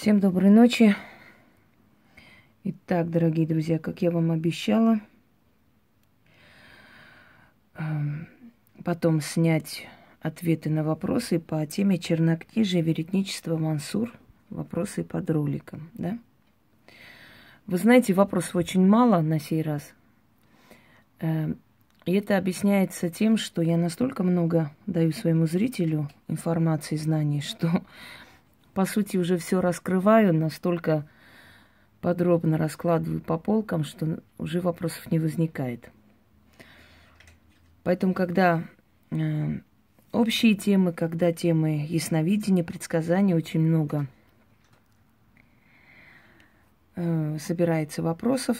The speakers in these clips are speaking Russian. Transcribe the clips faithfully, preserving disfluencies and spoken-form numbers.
Всем доброй ночи. Итак, дорогие друзья, как я вам обещала, эм, потом снять ответы на вопросы по теме чернокнижия, веретничество, Мансур, вопросы под роликом, да? Вы знаете, вопросов очень мало на сей раз. Эм, И это объясняется тем, что я настолько много даю своему зрителю информации, знаний, что, по сути, уже все раскрываю, настолько подробно раскладываю по полкам, что уже вопросов не возникает. Поэтому, когда э, общие темы, когда темы ясновидения, предсказания, очень много э, собирается вопросов.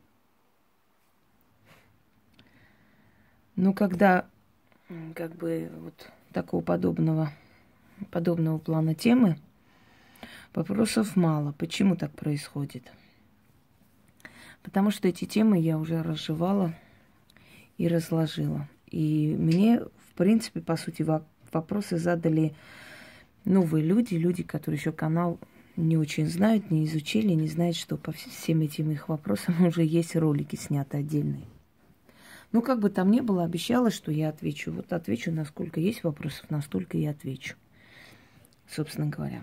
Но когда м, как бы вот такого подобного, подобного плана темы, вопросов мало. Почему так происходит? Потому что эти темы я уже разжевала и разложила. И мне, в принципе, по сути, вопросы задали новые люди, люди, которые еще канал не очень знают, не изучили, не знают, что по всем этим их вопросам уже есть ролики сняты отдельные. Ну, как бы там ни было, обещала, что я отвечу. Вот отвечу, насколько есть вопросов, настолько и отвечу, собственно говоря.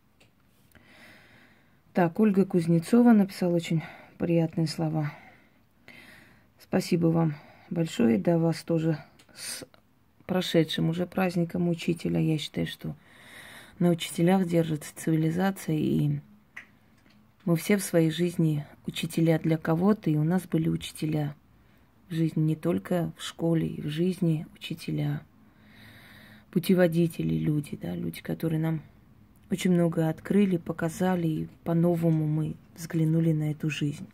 Так, Ольга Кузнецова написала очень приятные слова. Спасибо вам большое. Да, вас тоже с прошедшим уже праздником учителя. Я считаю, что на учителях держится цивилизация, и мы все в своей жизни учителя для кого-то, и у нас были учителя в жизни не только в школе, и в жизни учителя, путеводители, люди, да, люди, которые нам очень много открыли, показали, и по-новому мы взглянули на эту жизнь.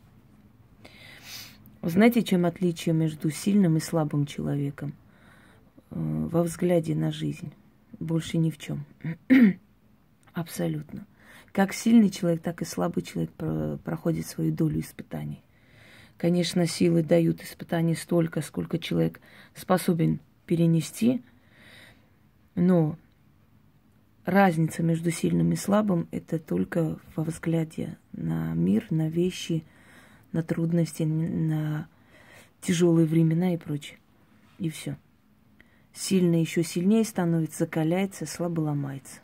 Вы знаете, чем отличие между сильным и слабым человеком? Во взгляде на жизнь. Больше ни в чем. Абсолютно. Как сильный человек, так и слабый человек проходит свою долю испытаний. Конечно, силы дают испытаний столько, сколько человек способен перенести, но разница между сильным и слабым – это только во взгляде на мир, на вещи, на трудности, на тяжелые времена и прочее. И все. Сильный еще сильнее становится, закаляется, слабо ломается.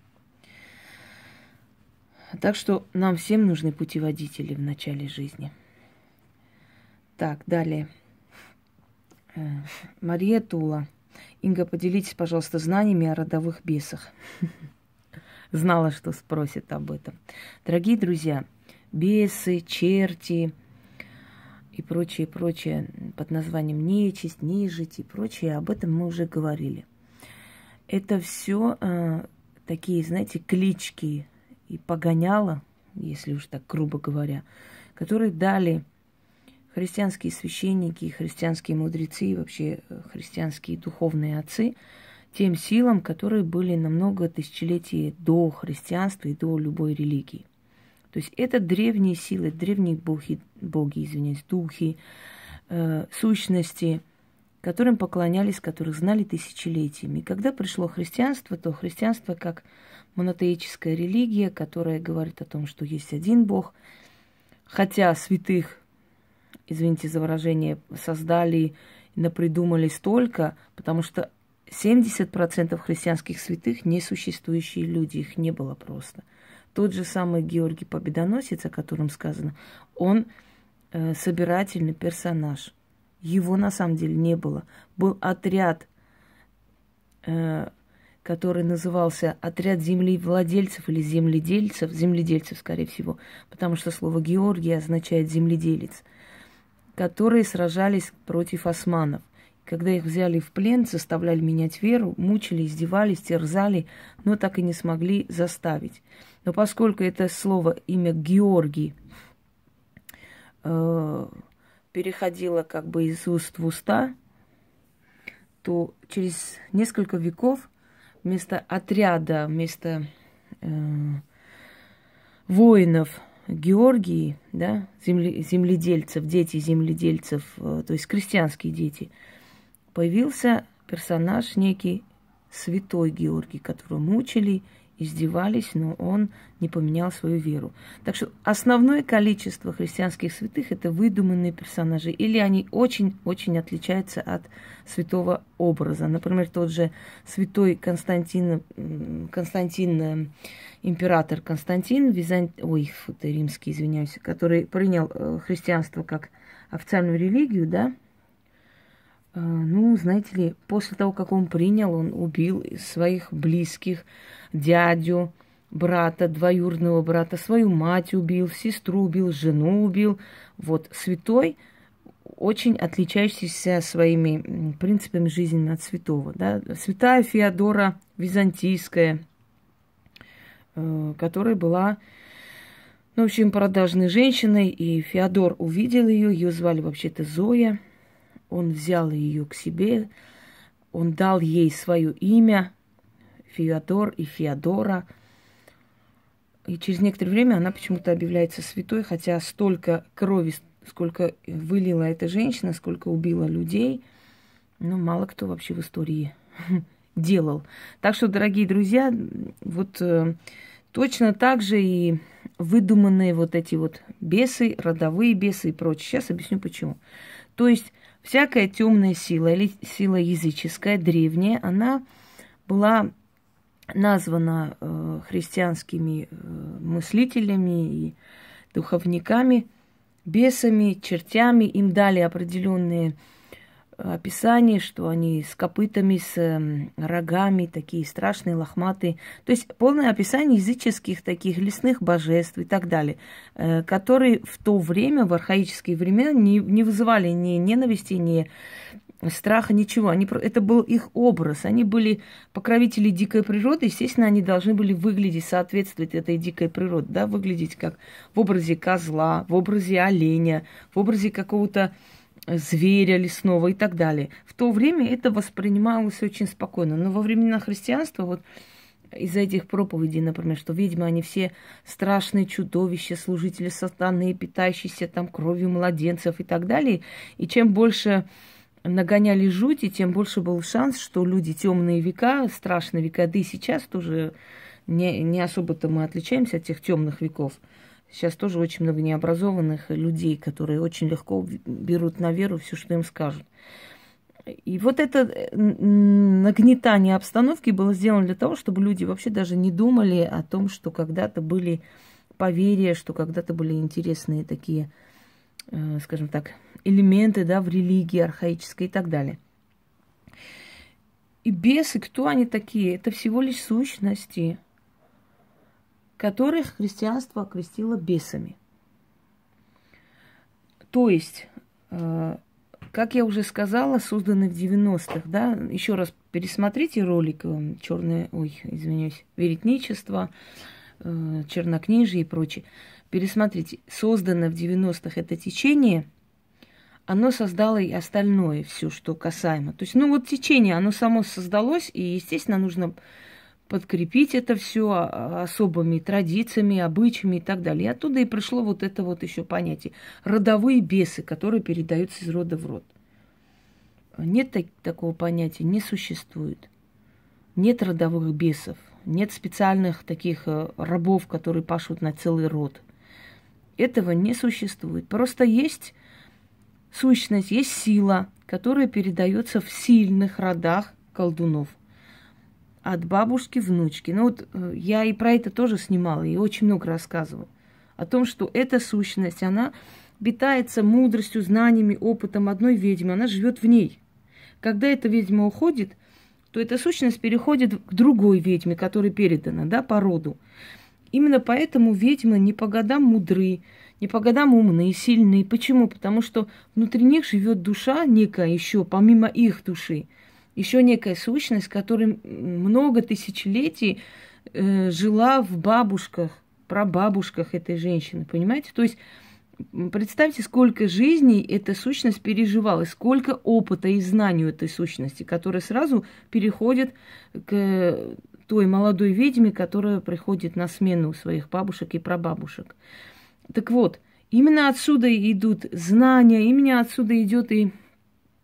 Так что нам всем нужны путеводители в начале жизни. Так, далее. Мария Тула. Инга, поделитесь, пожалуйста, знаниями о родовых бесах. Знала, что спросят об этом. Дорогие друзья, бесы, черти и прочее, прочее под названием нечисть, нежить и прочее, об этом мы уже говорили. Это все э, такие, знаете, клички и погоняла, если уж так грубо говоря, которые дали христианские священники, христианские мудрецы и вообще христианские духовные отцы тем силам, которые были на много тысячелетий до христианства и до любой религии. То есть это древние силы, древние боги, боги извиняюсь, духи, э, сущности, которым поклонялись, которых знали тысячелетиями. И когда пришло христианство, то христианство как монотеическая религия, которая говорит о том, что есть один Бог, хотя святых, извините за выражение, создали, напридумали столько, потому что семьдесят процентов христианских святых несуществующие люди, их не было просто. Тот же самый Георгий Победоносец, о котором сказано, он э, собирательный персонаж. Его на самом деле не было. Был отряд, э, который назывался отряд землевладельцев или земледельцев, земледельцев, скорее всего, потому что слово Георгий означает земледелец, которые сражались против османов. Когда их взяли в плен, заставляли менять веру, мучили, издевались, терзали, но так и не смогли заставить. Но поскольку это слово, имя Георгий, э, переходило как бы из уст в уста, то через несколько веков вместо отряда, вместо э, воинов Георгии, да, земле, земледельцев, дети земледельцев, э, то есть крестьянские дети, появился персонаж некий святой Георгий, которого мучили, издевались, но он не поменял свою веру. Так что основное количество христианских святых – это выдуманные персонажи, или они очень-очень отличаются от святого образа. Например, тот же святой Константин, Константин император Константин, Визант... ой, это римский, извиняюсь, который принял христианство как официальную религию, да, ну, знаете ли, после того, как он принял, он убил своих близких, дядю, брата, двоюродного брата, свою мать убил, сестру убил, жену убил. Вот, святой, очень отличающийся своими принципами жизни от святого, да. Святая Феодора Византийская, которая была, ну, в общем, продажной женщиной, и Феодор увидел ее, ее звали вообще-то Зоя. Он взял ее к себе, он дал ей свое имя, Феодор и Феодора. И через некоторое время она почему-то объявляется святой, хотя столько крови, сколько вылила эта женщина, сколько убила людей, ну, мало кто вообще в истории делал. Так что, дорогие друзья, вот э, точно так же и выдуманные вот эти вот бесы, родовые бесы и прочее. Сейчас объясню почему. То есть всякая темная сила или сила языческая, древняя, она была названа э, христианскими э, мыслителями и духовниками, бесами, чертями. Им дали определенные описания, что они с копытами, с э, рогами, такие страшные, лохматые. То есть полное описание языческих таких лесных божеств и так далее, э, которые в то время, в архаические времена, не, не вызывали ни ненависти, ни страха, ничего. Они, это был их образ. Они были покровители дикой природы. Естественно, они должны были выглядеть, соответствовать этой дикой природе, да, выглядеть как в образе козла, в образе оленя, в образе какого-то зверя лесного и так далее. В то время это воспринималось очень спокойно. Но во времена христианства, вот из-за этих проповедей, например, что ведьмы, они все страшные чудовища, служители сатаны, питающиеся там кровью младенцев и так далее. И чем больше нагоняли жути, тем больше был шанс, что люди темные века, страшные века, да и сейчас тоже не, не особо-то мы отличаемся от тех темных веков. Сейчас тоже очень много необразованных людей, которые очень легко берут на веру все, что им скажут. И вот это нагнетание обстановки было сделано для того, чтобы люди вообще даже не думали о том, что когда-то были поверья, что когда-то были интересные такие, скажем так, элементы, да, в религии архаической и так далее. И бесы, кто они такие? Это всего лишь сущности, которых христианство окрестило бесами. То есть, э, как я уже сказала, созданы в девяностых, да, еще раз пересмотрите ролик «Черное», ой, извиняюсь, веретничество, э, чернокнижие и прочее. Пересмотрите, создано в девяностых это течение, оно создало и остальное, все, что касаемо. То есть, ну вот течение, оно само создалось, и, естественно, нужно подкрепить это все особыми традициями, обычаями и так далее. И оттуда и пришло вот это вот еще понятие. Родовые бесы, которые передаются из рода в род. Нет так, такого понятия, не существует. Нет родовых бесов, нет специальных таких рабов, которые пашут на целый род. Этого не существует. Просто есть сущность, есть сила, которая передается в сильных родах колдунов. От бабушки внучки. Ну вот я и про это тоже снимала, и очень много рассказывала. О том, что эта сущность, она питается мудростью, знаниями, опытом одной ведьмы. Она живет в ней. Когда эта ведьма уходит, то эта сущность переходит к другой ведьме, которая передана, да, по роду. Именно поэтому ведьмы не по годам мудры, не по годам умные, сильные. Почему? Потому что внутри них живет душа некая еще, помимо их души. Еще некая сущность, которая много тысячелетий э, жила в бабушках, прабабушках этой женщины, понимаете? То есть представьте, сколько жизней эта сущность переживала, сколько опыта и знаний у этой сущности, которая сразу переходит к той молодой ведьме, которая приходит на смену своих бабушек и прабабушек. Так вот, именно отсюда идут знания, именно отсюда идет и,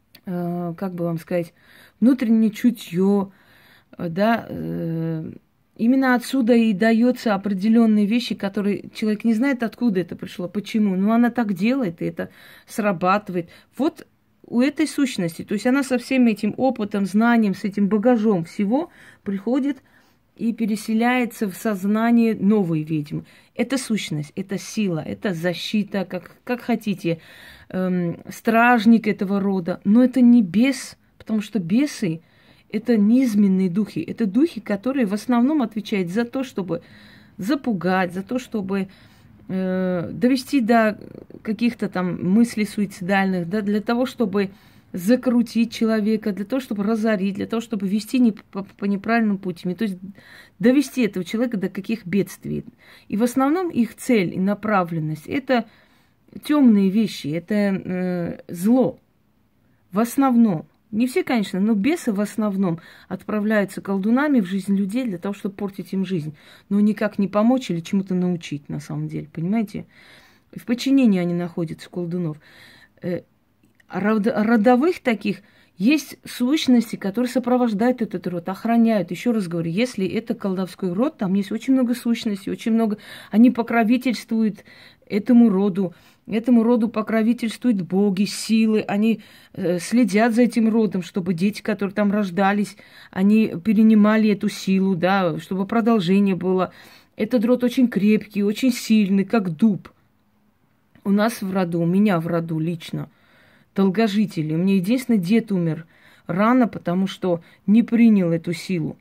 э, как бы вам сказать, внутреннее чутье, да, э, Именно отсюда и даются определенные вещи, которые человек не знает, откуда это пришло, почему. Но она так делает, и это срабатывает. Вот у этой сущности, то есть она со всем этим опытом, знанием, с этим багажом всего приходит и переселяется в сознание новой ведьмы. Это сущность, это сила, это защита, как, как хотите, эм, стражник этого рода. Но это не бес, потому что бесы – это низменные духи. Это духи, которые в основном отвечают за то, чтобы запугать, за то, чтобы э, довести до каких-то там мыслей суицидальных, да, для того, чтобы закрутить человека, для того, чтобы разорить, для того, чтобы вести не по, по неправильным путям. То есть довести этого человека до каких бедствий. И в основном их цель и направленность – это темные вещи, это э, зло. В основном. Не все, конечно, но бесы в основном отправляются колдунами в жизнь людей для того, чтобы портить им жизнь. Но никак не помочь или чему-то научить, на самом деле, понимаете? В подчинении они находятся, колдунов. Родовых таких есть сущности, которые сопровождают этот род, охраняют. Еще раз говорю, если это колдовской род, там есть очень много сущностей, очень много... Они покровительствуют этому роду. Этому роду покровительствуют боги, силы, они э, следят за этим родом, чтобы дети, которые там рождались, они перенимали эту силу, да, чтобы продолжение было. Этот род очень крепкий, очень сильный, как дуб. У нас в роду, у меня в роду лично, долгожители. У меня единственный дед умер рано, потому что не принял эту силу.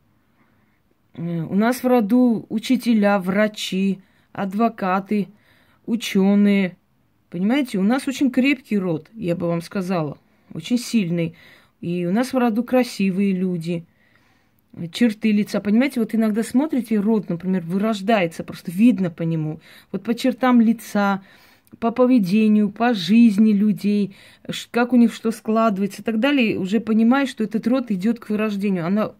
У нас в роду учителя, врачи, адвокаты, ученые. Понимаете, у нас очень крепкий род, я бы вам сказала, очень сильный. И у нас в роду красивые люди, черты лица. Понимаете, вот иногда смотрите, род, например, вырождается, просто видно по нему. Вот по чертам лица, по поведению, по жизни людей, как у них что складывается и так далее, уже понимаешь, что этот род идет к вырождению, она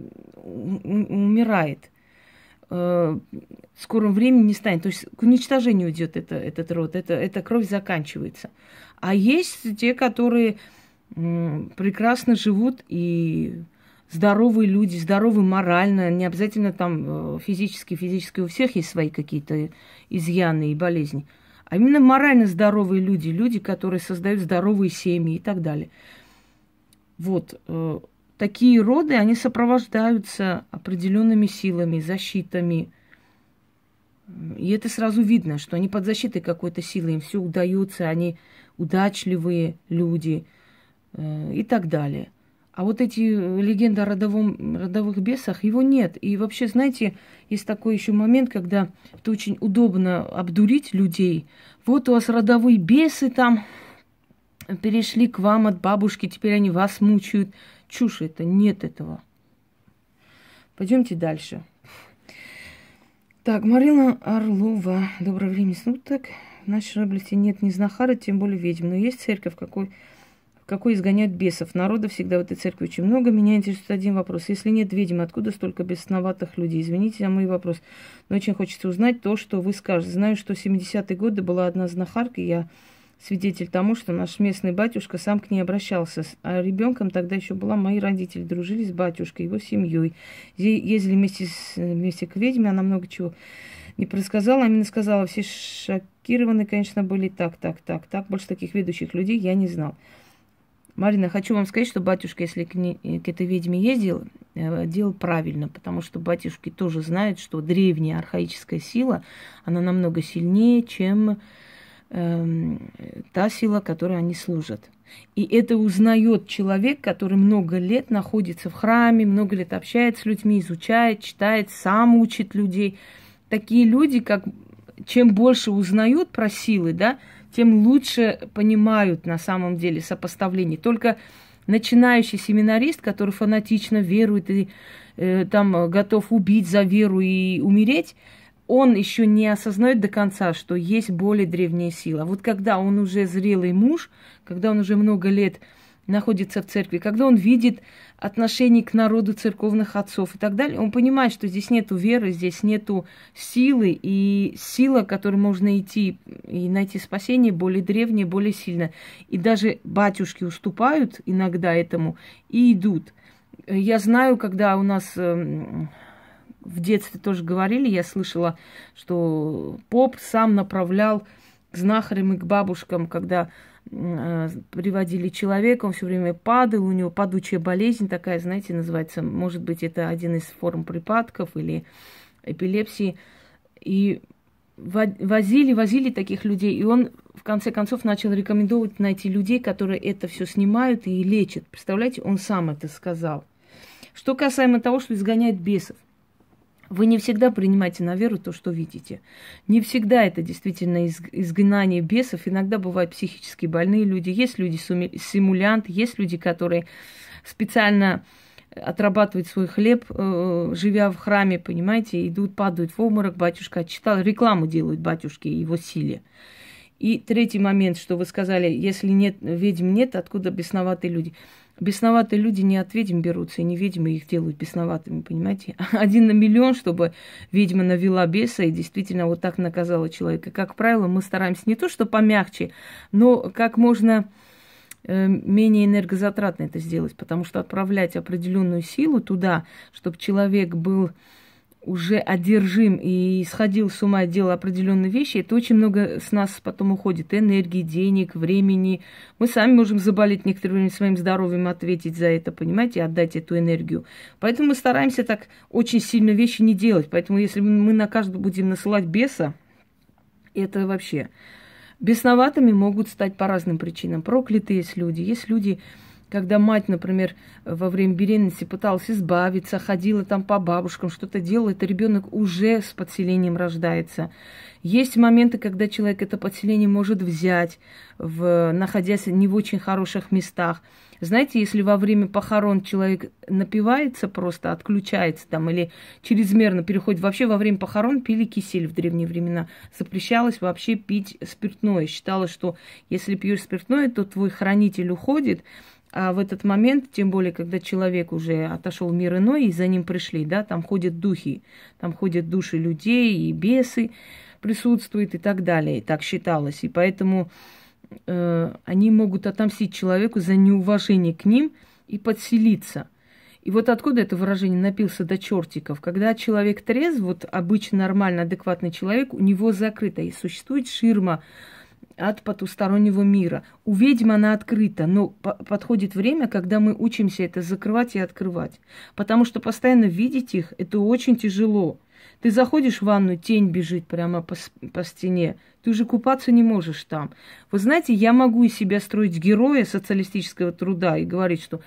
умирает. В скором времени не станет. То есть к уничтожению идет это, этот род, это, эта кровь заканчивается. А есть те, которые м, прекрасно живут и здоровые люди, здоровы морально, не обязательно там физически, физически у всех есть свои какие-то изъяны и болезни, а именно морально здоровые люди, люди, которые создают здоровые семьи и так далее. Вот. Такие роды, они сопровождаются определенными силами, защитами. И это сразу видно, что они под защитой какой-то силы, им все удается, они удачливые люди э, и так далее. А вот эти легенды о родовом, родовых бесах, его нет. И вообще, знаете, есть такой еще момент, когда это очень удобно обдурить людей. Вот у вас родовые бесы там перешли к вам от бабушки, теперь они вас мучают. Чушь это, нет этого. Пойдемте дальше. Так, Марина Орлова. Доброе время суток. В нашей области нет ни знахара, тем более ведьм. Но есть церковь, какой, в какой изгоняют бесов. Народа всегда в этой церкви очень много. Меня интересует один вопрос. Если нет ведьм, откуда столько бесноватых людей? Извините за мой вопрос. Но очень хочется узнать то, что вы скажете. Знаю, что в семидесятые годы была одна знахарка, и я свидетель тому, что наш местный батюшка сам к ней обращался. А ребенком тогда еще была мои родители, дружили с батюшкой, его семьей. Ездили вместе, с, вместе к ведьме, она много чего не предсказала, а именно сказала, все шокированы, конечно, были так, так, так, так. Больше таких ведущих людей я не знал. Марина, хочу вам сказать, что батюшка, если к, не, к этой ведьме ездил, делал правильно, потому что батюшки тоже знают, что древняя архаическая сила, она намного сильнее, чем та сила, которой они служат. И это узнает человек, который много лет находится в храме, много лет общается с людьми, изучает, читает, сам учит людей. Такие люди, как чем больше узнают про силы, да, тем лучше понимают на самом деле сопоставление. Только начинающий семинарист, который фанатично верует и э, там готов убить за веру и умереть, он еще не осознает до конца, что есть более древняя сила. Вот когда он уже зрелый муж, когда он уже много лет находится в церкви, когда он видит отношение к народу церковных отцов и так далее, он понимает, что здесь нету веры, здесь нету силы, и сила, к которой можно идти и найти спасение, более древняя, более сильная. И даже батюшки уступают иногда этому и идут. Я знаю, когда у нас в детстве тоже говорили, я слышала, что поп сам направлял к знахарям и к бабушкам, когда э, приводили человека, он все время падал, у него падучая болезнь такая, знаете, называется, может быть, это один из форм припадков или эпилепсии. И возили, возили таких людей, и он в конце концов начал рекомендовать найти людей, которые это все снимают и лечат. Представляете, он сам это сказал. Что касаемо того, что изгоняет бесов. Вы не всегда принимаете на веру то, что видите. Не всегда это действительно изгнание бесов. Иногда бывают психически больные люди. Есть люди симулянты, есть люди, которые специально отрабатывают свой хлеб, э, живя в храме, понимаете, идут, падают в обморок, батюшка отчитал, рекламу делают батюшке и его силе. И третий момент, что вы сказали, если нет ведьм нет, откуда бесноватые люди? Бесноватые люди не от ведьм берутся, и не ведьмы их делают бесноватыми, понимаете? Один на миллион, чтобы ведьма навела беса и действительно вот так наказала человека. Как правило, мы стараемся не то, что помягче, но как можно менее энергозатратно это сделать, потому что отправлять определенную силу туда, чтобы человек был уже одержим и сходил с ума и делал определенные вещи, это очень много с нас потом уходит. Энергии, денег, времени. Мы сами можем заболеть некоторое время своим здоровьем, ответить за это, понимаете, отдать эту энергию. Поэтому мы стараемся так очень сильно вещи не делать. Поэтому если мы на каждого будем насылать беса, это вообще... Бесноватыми могут стать по разным причинам. Проклятые есть люди. Есть люди, когда мать, например, во время беременности пыталась избавиться, ходила там по бабушкам, что-то делала, это ребенок уже с подселением рождается. Есть моменты, когда человек это подселение может взять, в, находясь не в очень хороших местах. Знаете, если во время похорон человек напивается, просто отключается там, или чрезмерно переходит, вообще во время похорон пили кисель в древние времена. Запрещалось вообще пить спиртное. Считалось, что если пьешь спиртное, то твой хранитель уходит, а в этот момент, тем более, когда человек уже отошел в мир иной, и за ним пришли, да, там ходят духи, там ходят души людей, и бесы присутствуют, и так далее. И так считалось. И поэтому... они могут отомстить человеку за неуважение к ним и подселиться. И вот откуда это выражение «напился до чертиков». Когда человек трезв, вот обычно нормально, адекватный человек, у него закрыто, и существует ширма от потустороннего мира. У ведьм она открыта, но подходит время, когда мы учимся это закрывать и открывать. Потому что постоянно видеть их – это очень тяжело. Ты заходишь в ванну, тень бежит прямо по, по стене. Ты уже купаться не можешь там. Вы знаете, я могу из себя строить героя социалистического труда и говорить, что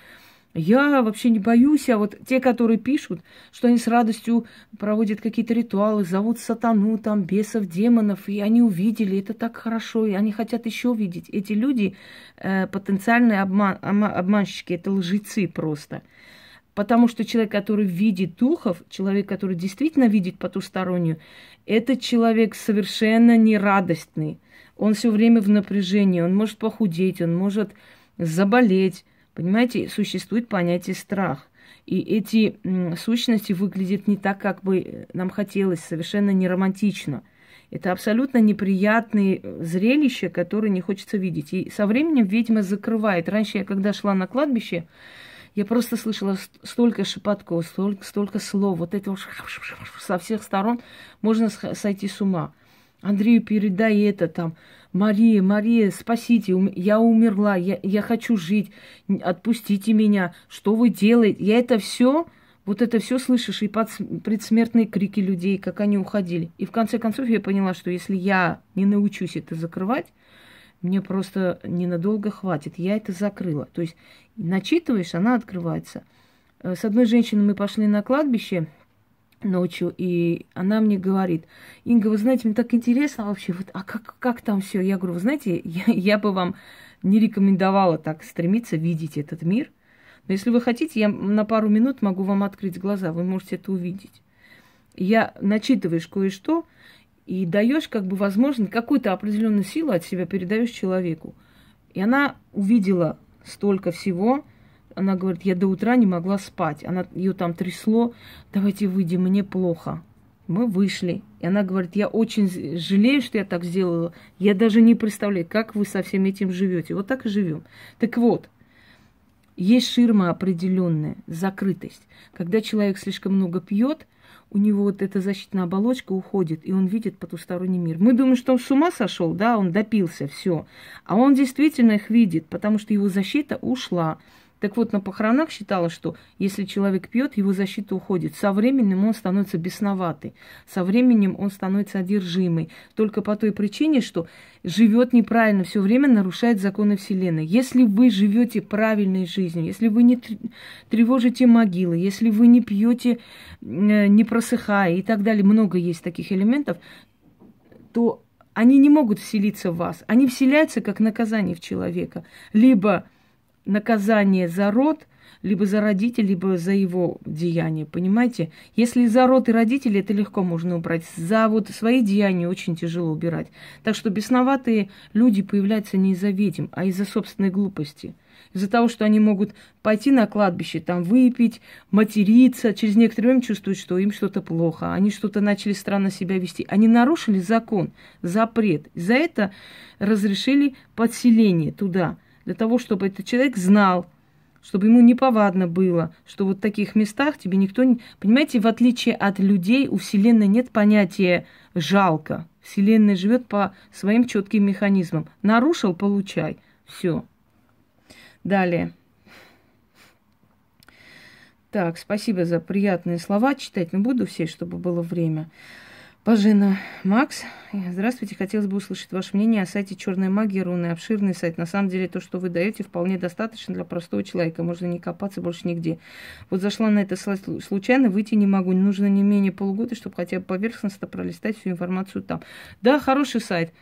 я вообще не боюсь, а вот те, которые пишут, что они с радостью проводят какие-то ритуалы, зовут сатану, там, бесов, демонов, и они увидели, это так хорошо, и они хотят еще видеть. Эти люди э, потенциальные обман, обманщики, это лжецы просто. Потому что человек, который видит духов, человек, который действительно видит потустороннюю, этот человек совершенно нерадостный. Он все время в напряжении, он может похудеть, он может заболеть. Понимаете, существует понятие страх. И эти м, сущности выглядят не так, как бы нам хотелось, совершенно не романтично. Это абсолютно неприятные зрелища, которые не хочется видеть. И со временем ведьма закрывает. Раньше я, когда шла на кладбище, я просто слышала столько шепотков, столько, столько слов. Вот это вот со всех сторон можно сойти с ума. Андрею передай это там. Мария, Мария, спасите, я умерла, я, я хочу жить, отпустите меня. Что вы делаете? Я это все, вот это все слышишь, и под предсмертные крики людей, как они уходили. И в конце концов я поняла, что если я не научусь это закрывать, мне просто ненадолго хватит. Я это закрыла. То есть начитываешь, она открывается. С одной женщиной мы пошли на кладбище ночью, и она мне говорит: Инга, вы знаете, мне так интересно вообще, вот, а как, как там все? Я говорю, вы знаете, я, я бы вам не рекомендовала так стремиться видеть этот мир. Но если вы хотите, я на пару минут могу вам открыть глаза, вы можете это увидеть. Я начитываешь кое-что, и даешь, как бы, возможно, какую-то определенную силу от себя передаешь человеку. И она увидела столько всего. Она говорит, я до утра не могла спать. Она, ее там трясло. Давайте выйдем, мне плохо. Мы вышли. И она говорит, я очень жалею, что я так сделала. Я даже не представляю, как вы со всем этим живете. Вот так и живем. Так вот, есть ширма определенная, закрытость. Когда человек слишком много пьет, у него вот эта защитная оболочка уходит, и он видит потусторонний мир. Мы думаем, что он с ума сошел, да, он допился, все. А он действительно их видит, потому что его защита ушла. Так вот, на похоронах считалось, что если человек пьет, его защита уходит. Со временем он становится бесноватый, со временем он становится одержимый. Только по той причине, что живет неправильно, все время нарушает законы Вселенной. Если вы живете правильной жизнью, если вы не тревожите могилы, если вы не пьете, не просыхая и так далее, много есть таких элементов, то они не могут вселиться в вас. Они вселяются как наказание в человека. Либо наказание за род, либо за родителей, либо за его деяния, понимаете? Если за род и родители, это легко можно убрать. За вот свои деяния очень тяжело убирать. Так что бесноватые люди появляются не из-за ведьм, а из-за собственной глупости. Из-за того, что они могут пойти на кладбище, там выпить, материться, через некоторое время чувствуют, что им что-то плохо, они что-то начали странно себя вести. Они нарушили закон, запрет. За это разрешили подселение туда, для того, чтобы этот человек знал, чтобы ему неповадно было, что вот в таких местах тебе никто не... Понимаете, в отличие от людей, у Вселенной нет понятия «жалко». Вселенная живет по своим четким механизмам. Нарушил — получай. Все. Далее. Так, спасибо за приятные слова. Читать не буду все, чтобы было время. Бажена Макс, здравствуйте. Хотелось бы услышать ваше мнение о сайте «Черная магия», руны, обширный сайт. На самом деле, то, что вы даете, вполне достаточно для простого человека. Можно не копаться больше нигде. Вот зашла на это сайт случайно, выйти не могу. Не нужно не менее полугода, чтобы хотя бы поверхностно пролистать всю информацию там. Да, хороший сайт.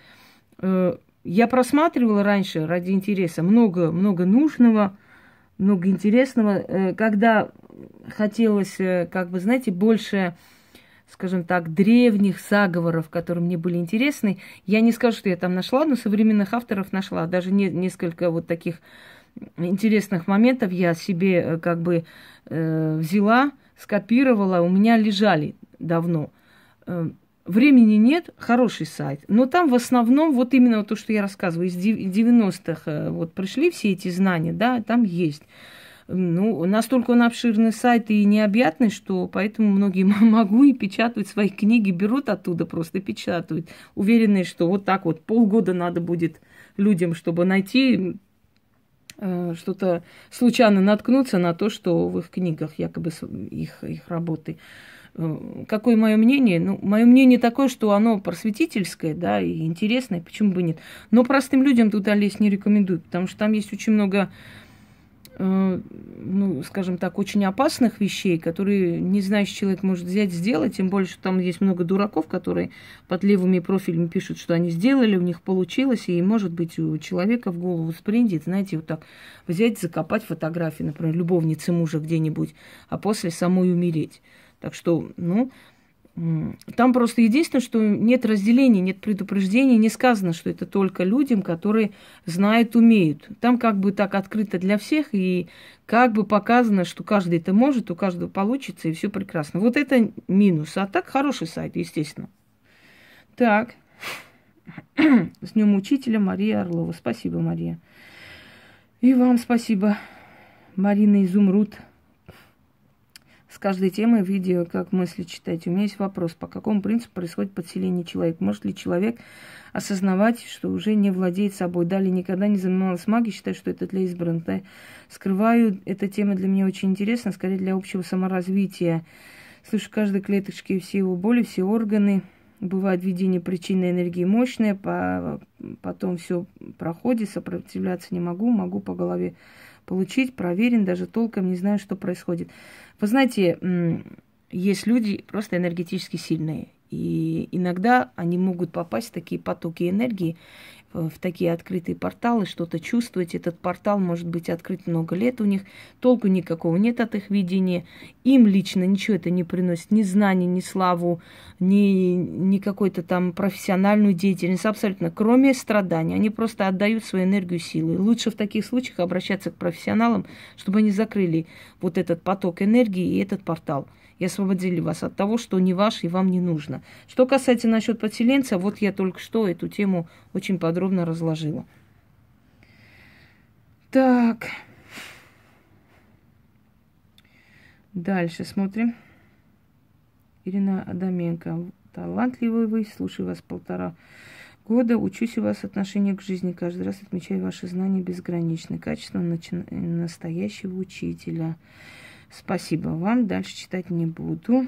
Я просматривала раньше ради интереса много, много нужного, много интересного. Когда хотелось, как бы, знаете, больше, скажем так, древних заговоров, которые мне были интересны. Я не скажу, что я там нашла, но современных авторов нашла. Даже не, несколько вот таких интересных моментов я себе как бы э, взяла, скопировала. У меня лежали давно. Времени нет, хороший сайт. Но там в основном вот именно то, что я рассказываю, из девяностых вот пришли все эти знания, да, там есть. Ну, настолько он обширный сайт и необъятный, что поэтому многие могу и печатают свои книги, берут оттуда просто и печатают. Уверенные, что вот так вот полгода надо будет людям, чтобы найти э, что-то, случайно наткнуться на то, что в их книгах, якобы их, их работы. Какое мое мнение? Ну, мое мнение такое, что оно просветительское, да, и интересное, почему бы нет. Но простым людям туда лезть не рекомендую, потому что там есть очень много, э, ну, скажем так, очень опасных вещей, которые не знающий человек может взять, сделать, тем более, что там есть много дураков, которые под левыми профилями пишут, что они сделали, у них получилось, и, может быть, у человека в голову вспринтит, знаете, вот так взять, закопать фотографии, например, любовницы мужа где-нибудь, а после самой умереть. Так что, ну, там просто единственное, что нет разделения, нет предупреждений, не сказано, что это только людям, которые знают, умеют. Там как бы так открыто для всех, и как бы показано, что каждый это может, у каждого получится, и все прекрасно. Вот это минус. А так хороший сайт, естественно. Так. С днем учителя, Мария Орлова. Спасибо, Мария. И вам спасибо, Марина Изумруд. С каждой темой видео, как мысли читать. У меня есть вопрос, по какому принципу происходит подселение человека? Может ли человек осознавать, что уже не владеет собой? Далее никогда не занималась магией, считаю, что это для избранных. Да? Скрываю, эта тема для меня очень интересна, скорее для общего саморазвития. Слышу каждой клеточке все его боли, все органы. Бывает введение причинной энергии мощное, по, потом все проходит, сопротивляться не могу, могу по голове получить, проверен, даже толком не знаю, что происходит. Вы знаете, есть люди просто энергетически сильные, и иногда они могут попасть в такие потоки энергии, в такие открытые порталы, что-то чувствовать. Этот портал может быть открыт много лет у них, толку никакого нет от их видения. Им лично ничего это не приносит, ни знаний, ни славу, ни, ни какой-то там профессиональную деятельность, абсолютно, кроме страданий. Они просто отдают свою энергию силы. Лучше в таких случаях обращаться к профессионалам, чтобы они закрыли вот этот поток энергии и этот портал. И освободили вас от того, что не ваше и вам не нужно. Что касается насчет подселенца, вот я только что эту тему очень подробно разложила. Так. Дальше смотрим. Ирина Адаменко. Талантливый вы, слушаю вас полтора года, учусь у вас отношение к жизни. Каждый раз отмечаю ваши знания безграничны. Качество начи... настоящего учителя. Спасибо вам. Дальше читать не буду.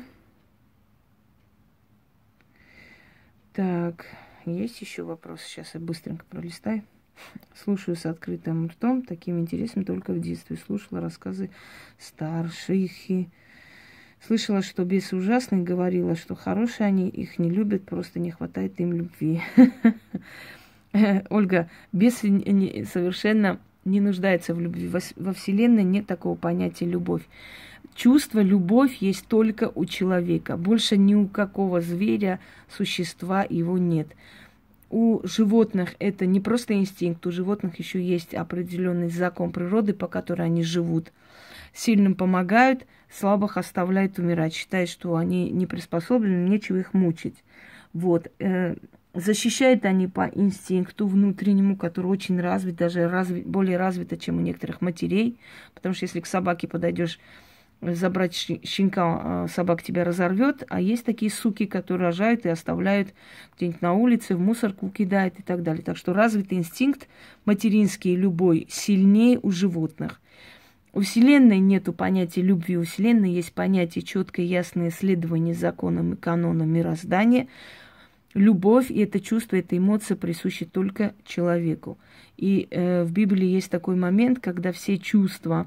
Так, есть еще вопросы? Сейчас я быстренько пролистаю. Слушаю с открытым ртом. Таким интересным только в детстве. Слушала рассказы старших. И слышала, что бесы ужасные. Говорила, что хорошие они, их не любят, просто не хватает им любви. Ольга, бесы совершенно не нуждаются в любви. Во Вселенной нет такого понятия любовь. Чувство, любовь есть только у человека. Больше ни у какого зверя, существа его нет. У животных это не просто инстинкт, у животных еще есть определенный закон природы, по которой они живут. Сильным помогают, слабых оставляют умирать, считая, что они не приспособлены, нечего их мучить. Вот. Защищают они по инстинкту внутреннему, который очень развит, даже развит, более развито, чем у некоторых матерей. Потому что если к собаке подойдешь забрать щенка, собака тебя разорвет, а есть такие суки, которые рожают и оставляют где-нибудь на улице, в мусорку кидают и так далее. Так что развитый инстинкт материнский любой сильнее у животных. У Вселенной нету понятия любви, у Вселенной есть понятие четкое, ясное следование законам и канонам мироздания. Любовь и это чувство, эта эмоция присущи только человеку. И э, в Библии есть такой момент, когда все чувства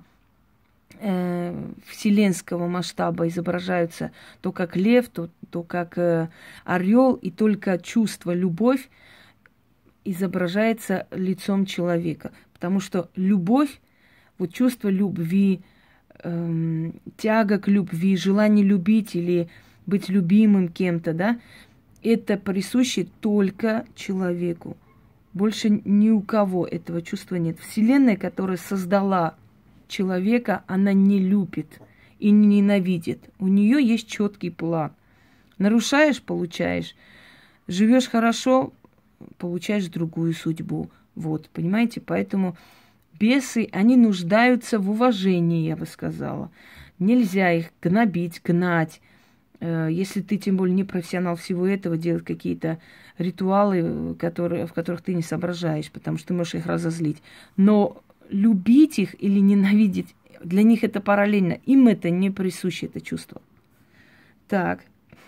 вселенского масштаба изображаются то как лев, то, то как э, орел, и только чувство, любовь изображается лицом человека. Потому что любовь, вот чувство любви, э, тяга к любви, желание любить или быть любимым кем-то, да, это присуще только человеку. Больше ни у кого этого чувства нет. Вселенная, которая создала человека, она не любит и не ненавидит. У нее есть четкий план. Нарушаешь — получаешь. Живешь хорошо — получаешь другую судьбу. Вот, понимаете? Поэтому бесы, они нуждаются в уважении, я бы сказала. Нельзя их гнобить, гнать. Если ты, тем более, не профессионал всего этого, делать какие-то ритуалы, которые, в которых ты не соображаешь, потому что ты можешь их разозлить. Но любить их или ненавидеть, для них это параллельно. Им это не присуще, это чувство. Так.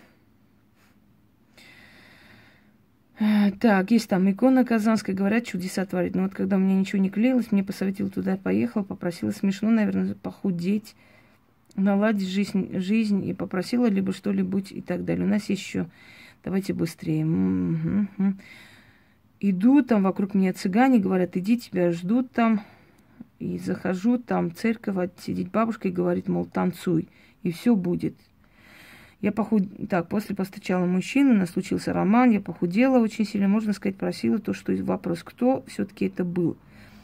Так, есть там икона казанская, говорят, чудеса творит. Но вот когда у меня ничего не клеилось, мне посоветовал туда, поехал, попросила, смешно, наверное, похудеть, наладить жизнь, жизнь и попросила либо что-либо и так далее. У нас есть еще, давайте быстрее. Угу. Иду, там вокруг меня цыгане, говорят, иди, тебя ждут там. И захожу, там церковь, сидит бабушка и говорит, мол, танцуй, и все будет. Я похуд... Так, после повстречала мужчину, у нас случился роман, я похудела очень сильно, можно сказать, просила то, что вопрос, кто все-таки это был.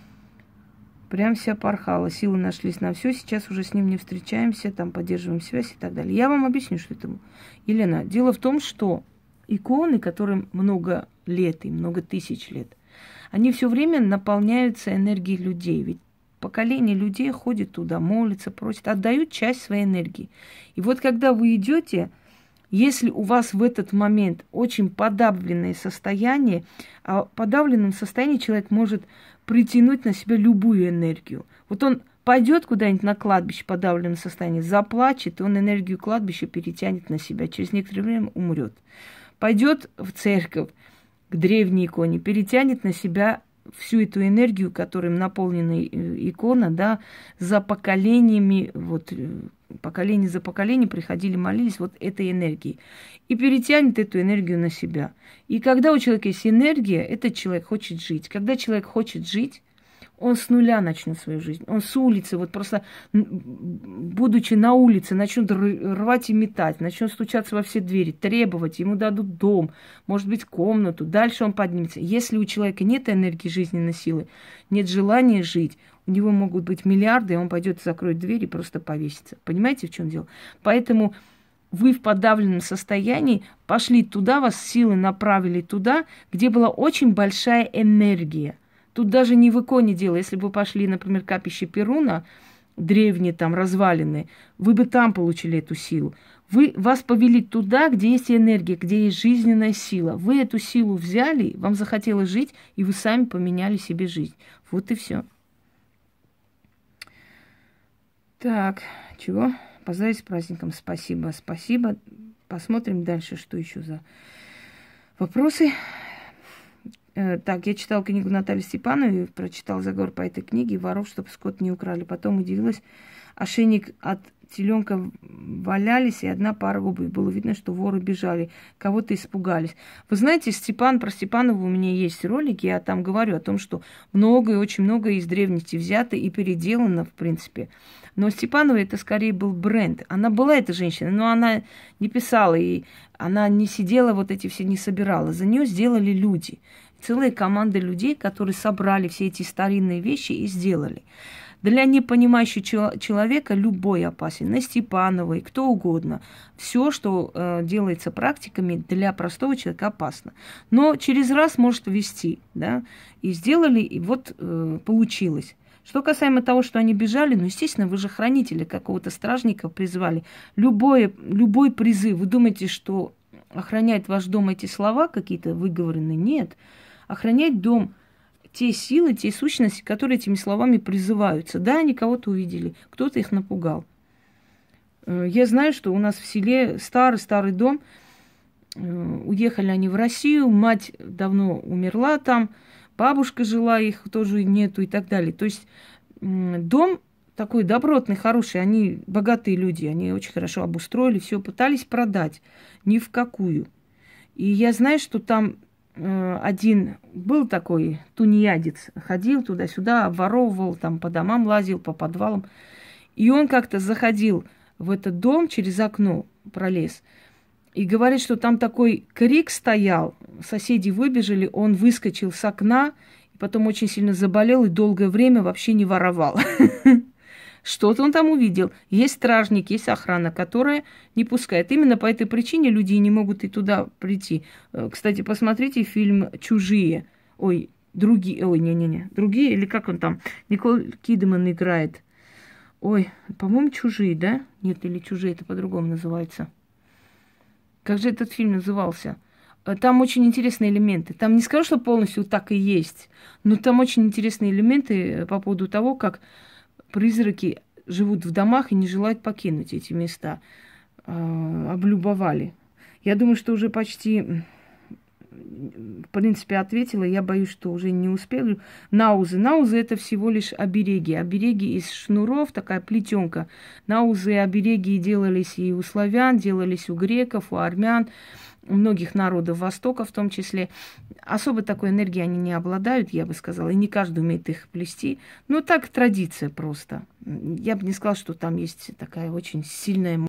Прям вся порхала, силы нашлись на все, сейчас уже с ним не встречаемся, там поддерживаем связь и так далее. Я вам объясню, что это было. Елена, дело в том, что иконы, которым много лет и много тысяч лет, они все время наполняются энергией людей. Ведь поколение людей ходит туда, молится, просит, отдают часть своей энергии. И вот когда вы идете, если у вас в этот момент очень подавленное состояние, а в подавленном состоянии человек может притянуть на себя любую энергию. Вот он пойдет куда-нибудь на кладбище в подавленном состоянии, заплачет, и он энергию кладбища перетянет на себя, через некоторое время умрет. Пойдет в церковь к древней иконе, перетянет на себя всю эту энергию, которым наполнена икона, да, за поколениями, вот, поколение за поколением приходили, молились вот этой энергией. И перетянет эту энергию на себя. И когда у человека есть энергия, этот человек хочет жить. Когда человек хочет жить, он с нуля начнет свою жизнь. Он с улицы, вот просто, будучи на улице, начнет рвать и метать, начнет стучаться во все двери, требовать, ему дадут дом, может быть, комнату. Дальше он поднимется. Если у человека нет энергии жизненной силы, нет желания жить, у него могут быть миллиарды, и он пойдет, закроет дверь и просто повесится. Понимаете, в чем дело? Поэтому вы в подавленном состоянии пошли туда, вас силы направили туда, где была очень большая энергия. Тут даже не в иконе дело. Если бы вы пошли, например, в капище Перуна, древние там развалины, вы бы там получили эту силу. Вы, вас повели туда, где есть энергия, где есть жизненная сила. Вы эту силу взяли, вам захотелось жить, и вы сами поменяли себе жизнь. Вот и все. Так, чего? Поздравить с праздником. Спасибо, спасибо. Посмотрим дальше, что еще за вопросы. Так, я читала книгу Натальи Степановой, прочитала заговор по этой книге, воров, чтобы скот не украли. Потом удивилась, ошейник от теленка валялись, и одна пара обуви. Было видно, что воры бежали, кого-то испугались. Вы знаете, Степан, про Степанову у меня есть ролик, я там говорю о том, что многое, очень многое из древности взято и переделано, в принципе. Но Степанова это скорее был бренд. Она была эта женщина, но она не писала, и она не сидела, вот эти все не собирала. За нее сделали люди. Целая команда людей, которые собрали все эти старинные вещи и сделали. Для непонимающего человека любой опасен. На Степановой, кто угодно. Все, что э, делается практиками, для простого человека опасно. Но через раз может ввести. Да? И сделали, и вот э, получилось. Что касаемо того, что они бежали, ну, естественно, вы же хранители какого-то стражника призвали. Любой, любой призыв. Вы думаете, что охраняет ваш дом эти слова какие-то выговоренные? Нет. Охранять дом те силы, те сущности, которые этими словами призываются. Да, они кого-то увидели, кто-то их напугал. Я знаю, что у нас в селе старый-старый дом, уехали они в Россию, мать давно умерла там, бабушка жила, их тоже нету и так далее. То есть дом такой добротный, хороший, они богатые люди, они очень хорошо обустроили, все пытались продать, ни в какую. И я знаю, что там один был такой тунеядец, ходил туда-сюда, обворовывал, там по домам лазил, по подвалам. И он как-то заходил в этот дом через окно, пролез, и говорит, что там такой крик стоял, соседи выбежали, он выскочил с окна, и потом очень сильно заболел и долгое время вообще не воровал. Что-то он там увидел. Есть стражник, есть охрана, которая не пускает. Именно по этой причине люди не могут и туда прийти. Кстати, посмотрите фильм «Чужие». Ой, другие. Ой, не-не-не. Другие, или как он там? Николь Кидман играет. Ой, по-моему, «Чужие», да? Нет, или «Чужие», это по-другому называется. Как же этот фильм назывался? Там очень интересные элементы. Там не скажу, что полностью так и есть, но там очень интересные элементы по поводу того, как призраки живут в домах и не желают покинуть эти места. Облюбовали. Я думаю, что уже почти, в принципе, ответила. Я боюсь, что уже не успела. Наузы. Наузы – это всего лишь обереги. Обереги из шнуров, такая плетенка. Наузы и обереги делались и у славян, делались у греков, у армян, у многих народов Востока в том числе. Особо такой энергией они не обладают, я бы сказала, и не каждый умеет их плести. Но так традиция просто. Я бы не сказала, что там есть такая очень сильная